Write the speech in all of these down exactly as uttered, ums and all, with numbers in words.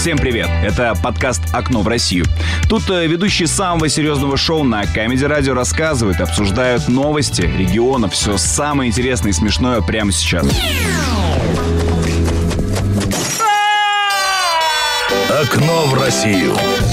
Всем привет! Это подкаст «Окно в Россию». Тут ведущие самого серьезного шоу на Камеди Радио рассказывают, обсуждают новости регионов, все самое интересное и смешное прямо сейчас. «Окно в Россию».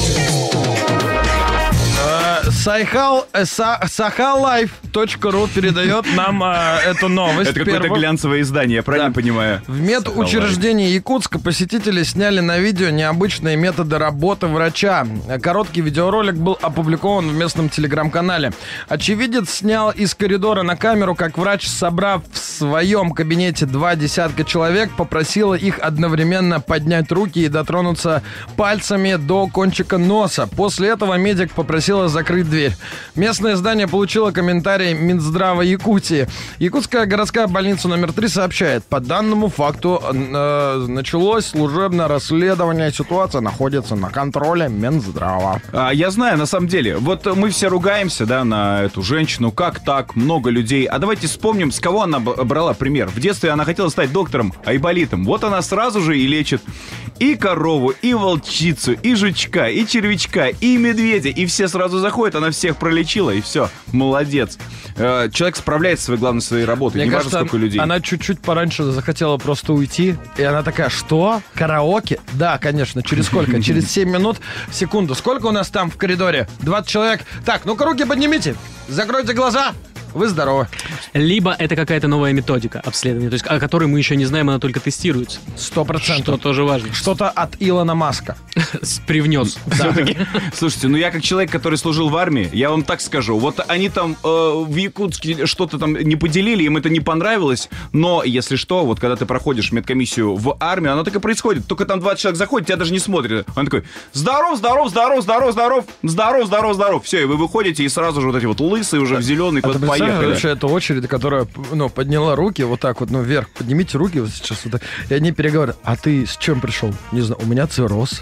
Сайхал, са, сахалайф точка ру передает нам а, эту новость. Это какое-то глянцевое издание, я правильно да. понимаю? В медучреждении Якутска посетители сняли на видео необычные методы работы врача. Короткий видеоролик был опубликован в местном телеграм-канале. Очевидец снял из коридора на камеру, как врач, собрав в своем кабинете два десятка человек, попросила их одновременно поднять руки и дотронуться пальцами до кончика носа. После этого медик попросила закрыть дверь. Местное издание получило комментарий Минздрава Якутии. Якутская городская больница номер три сообщает: по данному факту э, началось служебное расследование. Ситуация находится на контроле Минздрава. А, я знаю, на самом деле. Вот мы все ругаемся, да, на эту женщину. Как так? Много людей. А давайте вспомним, с кого она брала пример. В детстве она хотела стать доктором айболитом. Вот она сразу же и лечит и корову, и волчицу, и жучка, и червячка, и медведя. И все сразу заходят, она всех пролечила, и все. Молодец. Человек справляется с своей главной своей работой. Не важно, сколько людей. Она чуть-чуть пораньше захотела просто уйти. И она такая: что? Караоке? Да, конечно. Через сколько? Через семь минут. Секунду. Сколько у нас там в коридоре? двадцать человек. Так, ну-ка руки поднимите. Закройте глаза. Вы здоровы. Либо это какая-то новая методика обследования, то есть о которой мы еще не знаем, она только тестируется. Сто процентов. Что тоже важно. Что-то от Илона Маска. Привнес. Все-таки. Слушайте, ну я как человек, который служил в армии, я вам так скажу. Вот они там э, в Якутске что-то там не поделили, им это не понравилось. Но, если что, вот когда ты проходишь медкомиссию в армию, оно так и происходит. Только там двадцать человек заходит, тебя даже не смотрят. Он такой: здоров, здоров, здоров, здоров, здоров, здоров, здоров, здоров. Все, и вы выходите, и сразу же вот эти вот лысые уже в зеленый куда-то поехали. Вообще, это очередь, которая, ну, подняла руки вот так вот, ну, вверх. Поднимите руки вот сейчас вот так. И они переговаривают: а ты с чем пришел? Не знаю, у меня цирроз.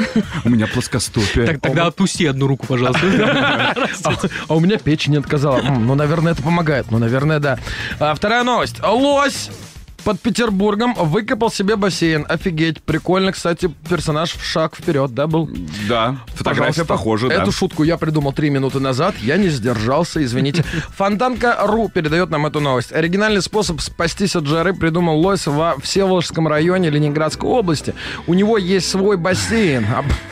У меня плоскостопие. Так, тогда отпусти одну руку, пожалуйста. А у меня печень отказала. Ну, наверное, это помогает. Ну, наверное, да. Вторая новость. Лось под Петербургом выкопал себе бассейн. Офигеть. Прикольно, кстати, персонаж в шаг вперед, да, был? Да, фотография похожа, да. Эту шутку я придумал три минуты назад. Я не сдержался, извините. Фонтанка.ру передает нам эту новость. Оригинальный способ спастись от жары придумал лось во Всеволожском районе Ленинградской области. У него есть свой бассейн.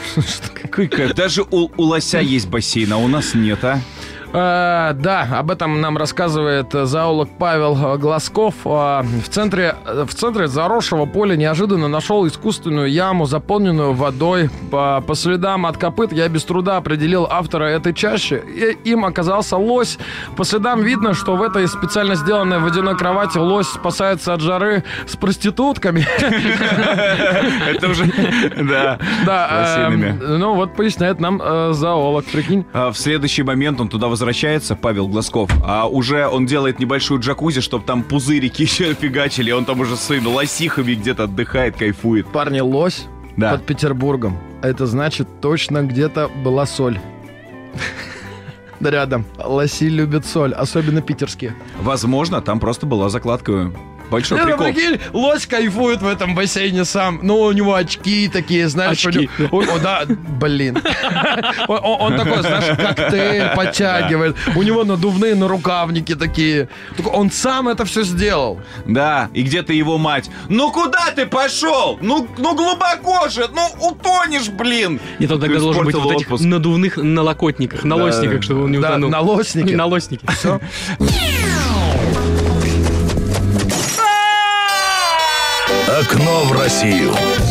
Даже у, у лося есть бассейн, а у нас нет, а? Uh, да, об этом нам рассказывает зоолог Павел Глазков. Uh, в центре, в центре заросшего поля неожиданно нашел искусственную яму, заполненную водой. По, по следам от копыт я без труда определил автора этой чащи. И им оказался лось. По следам видно, что в этой специально сделанной водяной кровати лось спасается от жары с проститутками. Это уже, да, да. Ну вот поясняет нам зоолог, прикинь. В следующий момент он туда возвращается. Возвращается Павел Глазков, а уже он делает небольшую джакузи, чтобы там пузырики еще фигачили, он там уже с своими лосихами где-то отдыхает, кайфует. Парни, лось да. под Петербургом. Это значит, точно где-то была соль. Да рядом. Лоси любят соль, особенно питерские. Возможно, там просто была закладка. Большой не, прикол. Ну, прикинь, лось кайфует в этом бассейне сам. Ну, у него очки такие, знаешь. Очки. О, о, да, блин. Он, он такой, знаешь, коктейль подтягивает. У него надувные нарукавники такие. Он сам это все сделал. Да, и где-то его мать: ну куда ты пошел? Ну, ну глубоко же, ну утонешь, блин. Нет, он тогда должен быть в вот этих надувных налокотниках, налосниках, чтобы он не утонул. Да, налосники. Налосники. Все. «Окно в Россию».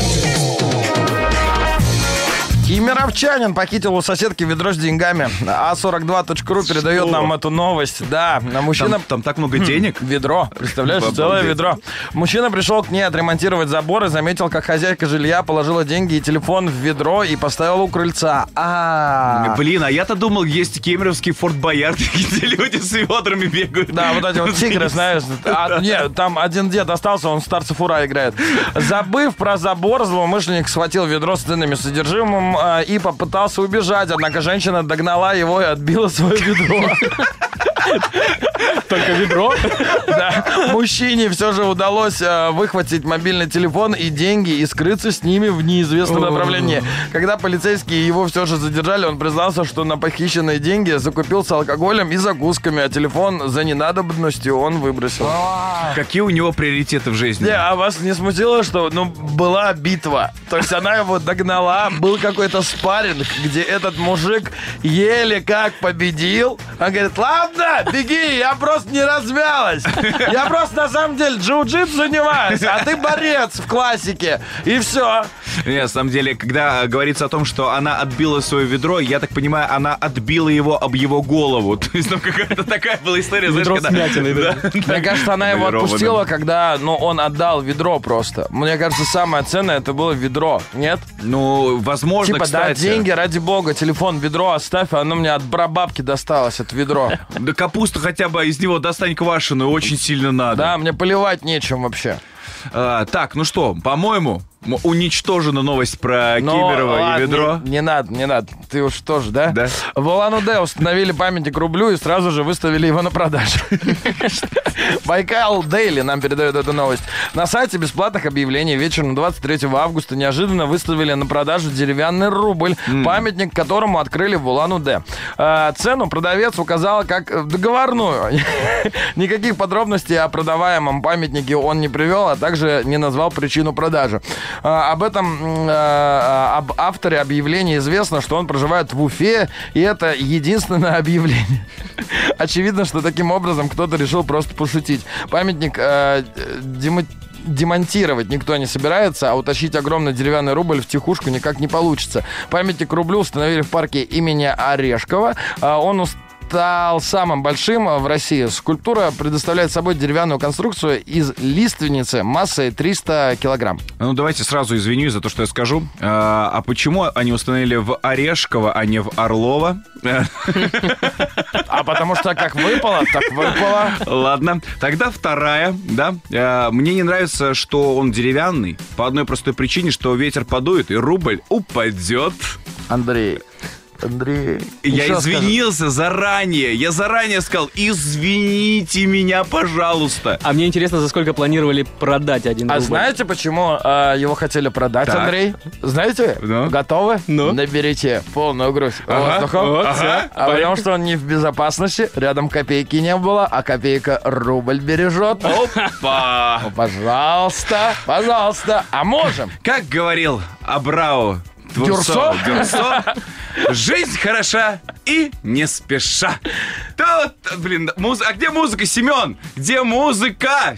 Кемеровчанин похитил у соседки ведро с деньгами. а сорок два точка ру передает нам эту новость. Да, мужчина... Там, там так много денег. Ведро, представляешь, целое ведро. Мужчина пришел к ней отремонтировать забор и заметил, как хозяйка жилья положила деньги и телефон в ведро и поставила у крыльца. А-а-а. Блин, а я-то думал, есть кемеровский Форт Боярд, где люди с ведрами бегают. Да, вот эти вот тигры, знаешь. А, нет, там один дед остался, он старцев ура играет. Забыв про забор, злоумышленник схватил ведро с ценными содержимым и попытался убежать, однако женщина догнала его и отбила свое ведро. Только ведро. Да. Мужчине все же удалось э, выхватить мобильный телефон и деньги и скрыться с ними в неизвестном направлении. Когда полицейские его все же задержали, он признался, что на похищенные деньги закупился алкоголем и закусками, а телефон за ненадобностью он выбросил. Какие у него приоритеты в жизни? Не, а вас не смутило, что ну, была битва? То есть она его догнала, был какой-то спарринг, где этот мужик еле как победил. Он говорит, ладно, беги, я просто не размялась. Я просто на самом деле джиу-джитсу занимаюсь, а ты борец в классике. И все. Нет, на самом деле, когда говорится о том, что она отбила свое ведро, я так понимаю, она отбила его об его голову. То есть там какая-то такая была история. Ведро знаешь, когда... смятины, да. Мне кажется, она его отпустила, когда ну, он отдал ведро просто. Мне кажется, самое ценное это было ведро, нет? Ну, возможно, Типа, кстати. да, деньги, ради бога, телефон, ведро оставь, а оно мне от прабабки досталось, это ведро. Да капусту хотя бы из него достань квашеную, очень сильно надо. Да, мне поливать нечем вообще. А, так, ну что, по-моему, м- уничтожена новость про Но, Киберова ладно, и ведро. Не, не надо, не надо. Ты уж тоже, да? Да. В Улан-Удэ установили памятник рублю и сразу же выставили его на продажу. Байкал Дейли нам передает эту новость. На сайте бесплатных объявлений вечером двадцать третьего августа неожиданно выставили на продажу деревянный рубль, памятник которому открыли в Улан-Удэ. А, цену продавец указал как договорную. Никаких подробностей о продаваемом памятнике он не привел, а также не назвал причину продажи. А, об этом, а, об авторе объявления известно, что он проживает в Уфе, и это единственное объявление. Очевидно, что таким образом кто-то решил просто пошутить. Памятник э, демо- демонтировать никто не собирается, а утащить огромный деревянный рубль в тихушку никак не получится. Памятник рублю установили в парке имени Орешкова. А, он уст- стал самым большим в России. Скульптура предоставляет собой деревянную конструкцию из лиственницы массой триста килограмм. Ну, давайте сразу извинюсь за то, что я скажу. А, а почему они установили в Орешково, а не в Орлово? А потому что как выпало, так выпало. Ладно. Тогда вторая, да. А, мне не нравится, что он деревянный. По одной простой причине, что ветер подует, и рубль упадет. Андрей... Андрей. Я Ничего извинился скажу. заранее. Я заранее сказал, извините меня, пожалуйста. А мне интересно, за сколько планировали продать один А рубль? знаете, почему э, его хотели продать, Так. Андрей? Знаете? Ну? Готовы? Ну? Наберите полную грудь Ага. воздуха. Вот, Ага. всё. А потому что он не в безопасности, рядом копейки не было, а копейка рубль бережет. Опа! Ну, пожалуйста, пожалуйста. А можем? Как говорил Абрау Дюрсо? Дюрсо, жизнь хороша и не спеша. Тут, блин, муз... а где музыка, Семен? Где музыка?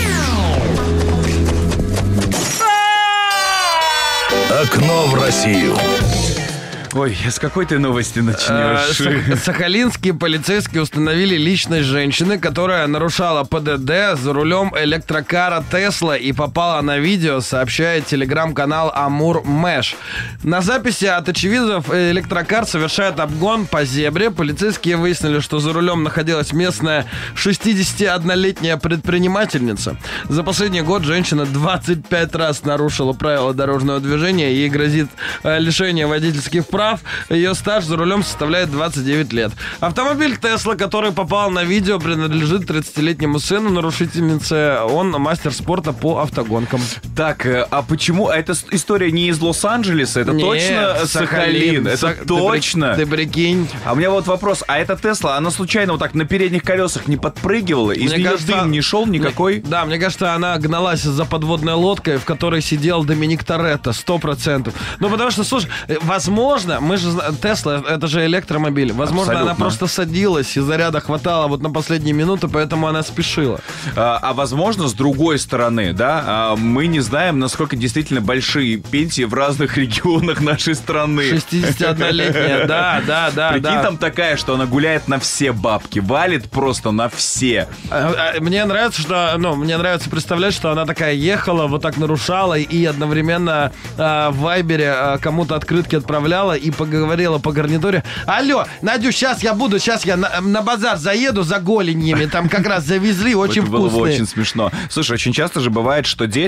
Окно в Россию. Ой, с какой ты новости Э, начнешь? Сах- Сахалинские полицейские установили личность женщины, которая нарушала ПДД за рулем электрокара Тесла и попала на видео, сообщает телеграм-канал Амур Мэш. На записи от очевидцев электрокар совершает обгон по зебре. Полицейские выяснили, что за рулем находилась местная шестидесятиоднолетняя предпринимательница. За последний год женщина двадцать пять раз нарушила правила дорожного движения. Ей грозит э, лишение водительских прав. Ее стаж за рулем составляет двадцать девять лет. Автомобиль Тесла, который попал на видео, принадлежит тридцатилетнему сыну нарушительницы. Он мастер спорта по автогонкам. Так, э, а почему? А эта с- история не из Лос-Анджелеса? Это Нет, точно Сахалин? Это Сах- ты точно? при- Ты прикинь. А у меня вот вопрос. А эта Тесла, она случайно вот так на передних колесах не подпрыгивала? Из Мне нее кажется, дым не шел никакой? Мне- да, мне кажется, она гналась за подводной лодкой, в которой сидел Доминик Торетто, сто процентов. Ну, потому что, слушай, э, возможно, мы же зна- Тесла, это же электромобиль. Возможно, она Абсолютно. просто садилась, и заряда хватало вот на последние минуты, поэтому она спешила. А, а возможно, с другой стороны, да, а, мы не знаем, насколько действительно большие пенсии в разных регионах нашей страны. шестидесятиоднолетняя, да, да, да. Прикинь, да. там такая, что она гуляет на все бабки, валит просто на все. А, а, Мне нравится, что, ну, мне нравится представлять, что она такая ехала, вот так нарушала и одновременно а, в Вайбере а, кому-то открытки отправляла и поговорила по гарнитуре. Алло, Надюш, сейчас я буду, сейчас я на, на базар заеду за голеньями, там как раз завезли, очень Это было бы вкусные. очень смешно. Слушай, очень часто же бывает, что детям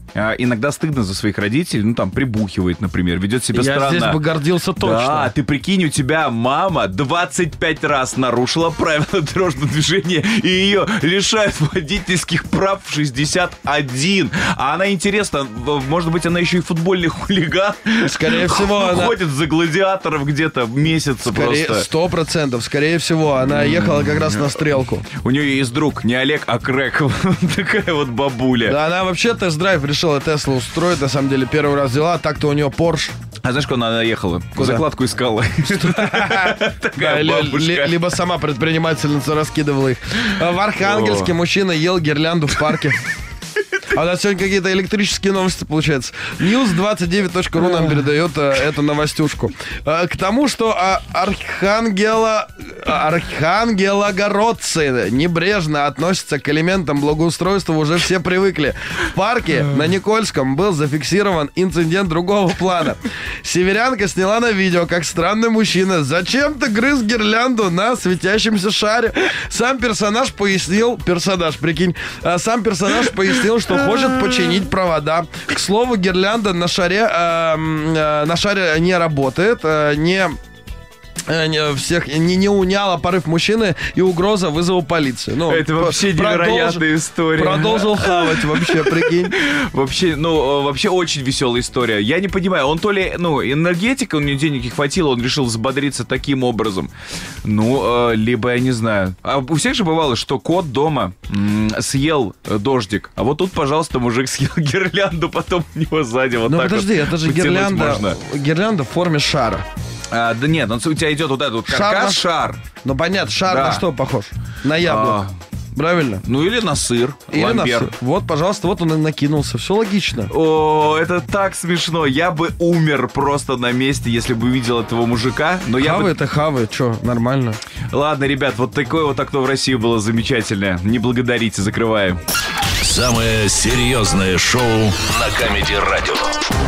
а, иногда стыдно за своих родителей, ну, там, прибухивает, например, ведет себя Я странно. здесь бы гордился точно. Да, ты прикинь, у тебя мама двадцать пять раз нарушила правила дорожного движения, и ее лишают водительских прав в шестьдесят один. А она, интересно, может быть, она еще и футбольный хулиган? Скорее всего, она... Ходит за гладиаторов где-то месяца Скорее, просто. Сто процентов. Скорее всего, она ехала как раз на стрелку. У нее есть друг, не Олег, а Крэк. Такая вот бабуля. Да, она вообще тест-драйв решила Теслу устроить. На самом деле, первый раз взяла. Так-то у нее Порш. А знаешь, куда она ехала? Куда? Закладку искала. Да, Такая ли- бабушка. ли- либо сама предпринимательница раскидывала их. А В Архангельске О. мужчина ел гирлянду в парке. А у нас сегодня какие-то электрические новости, получается. ньюс двадцать девять точка ру нам передает а, эту новостюшку. А, к тому, что а, архангела... архангелогородцы небрежно относятся к элементам благоустройства, уже все привыкли. В парке на Никольском был зафиксирован инцидент другого плана. Северянка сняла на видео, как странный мужчина зачем-то грыз гирлянду на светящемся шаре. Сам персонаж пояснил... Персонаж, прикинь. а, Сам персонаж пояснил, что хочет починить провода. К слову, гирлянда на шаре, э, э, на шаре не работает, э, не... не- всех не, не уняла порыв мужчины и угроза вызова полиции. Ну, Это вообще п- невероятная продолжил- история. Продолжил хавать вообще, прикинь. Вообще, ну, э, вообще очень веселая история. Я не понимаю, он то ли, ну, энергетика, у него денег не хватило, он решил взбодриться таким образом. Ну, э, либо, я не знаю. А у всех же бывало, что кот дома м, съел э, дождик, а вот тут, пожалуйста, мужик съел гирлянду, потом у него сзади вот Ну так подожди, вот это же потянуть гирлянда, можно. гирлянда в форме шара. А, да нет, он, у тебя идет вот этот вот Шар каркас, на- шар. Ну понятно, шар Да. на что похож? На яблоко. Правильно? Ну, или на сыр, Или на ламбер. всё. Вот, пожалуйста, вот он и накинулся. Все логично. О, это так смешно. Я бы умер просто на месте, если бы увидел этого мужика. Но я Хавы бы... это хавы, что, нормально. Ладно, ребят, вот такое вот окно в Россию было замечательное. Не благодарите, закрываем. Самое серьезное шоу на Камеди Радио.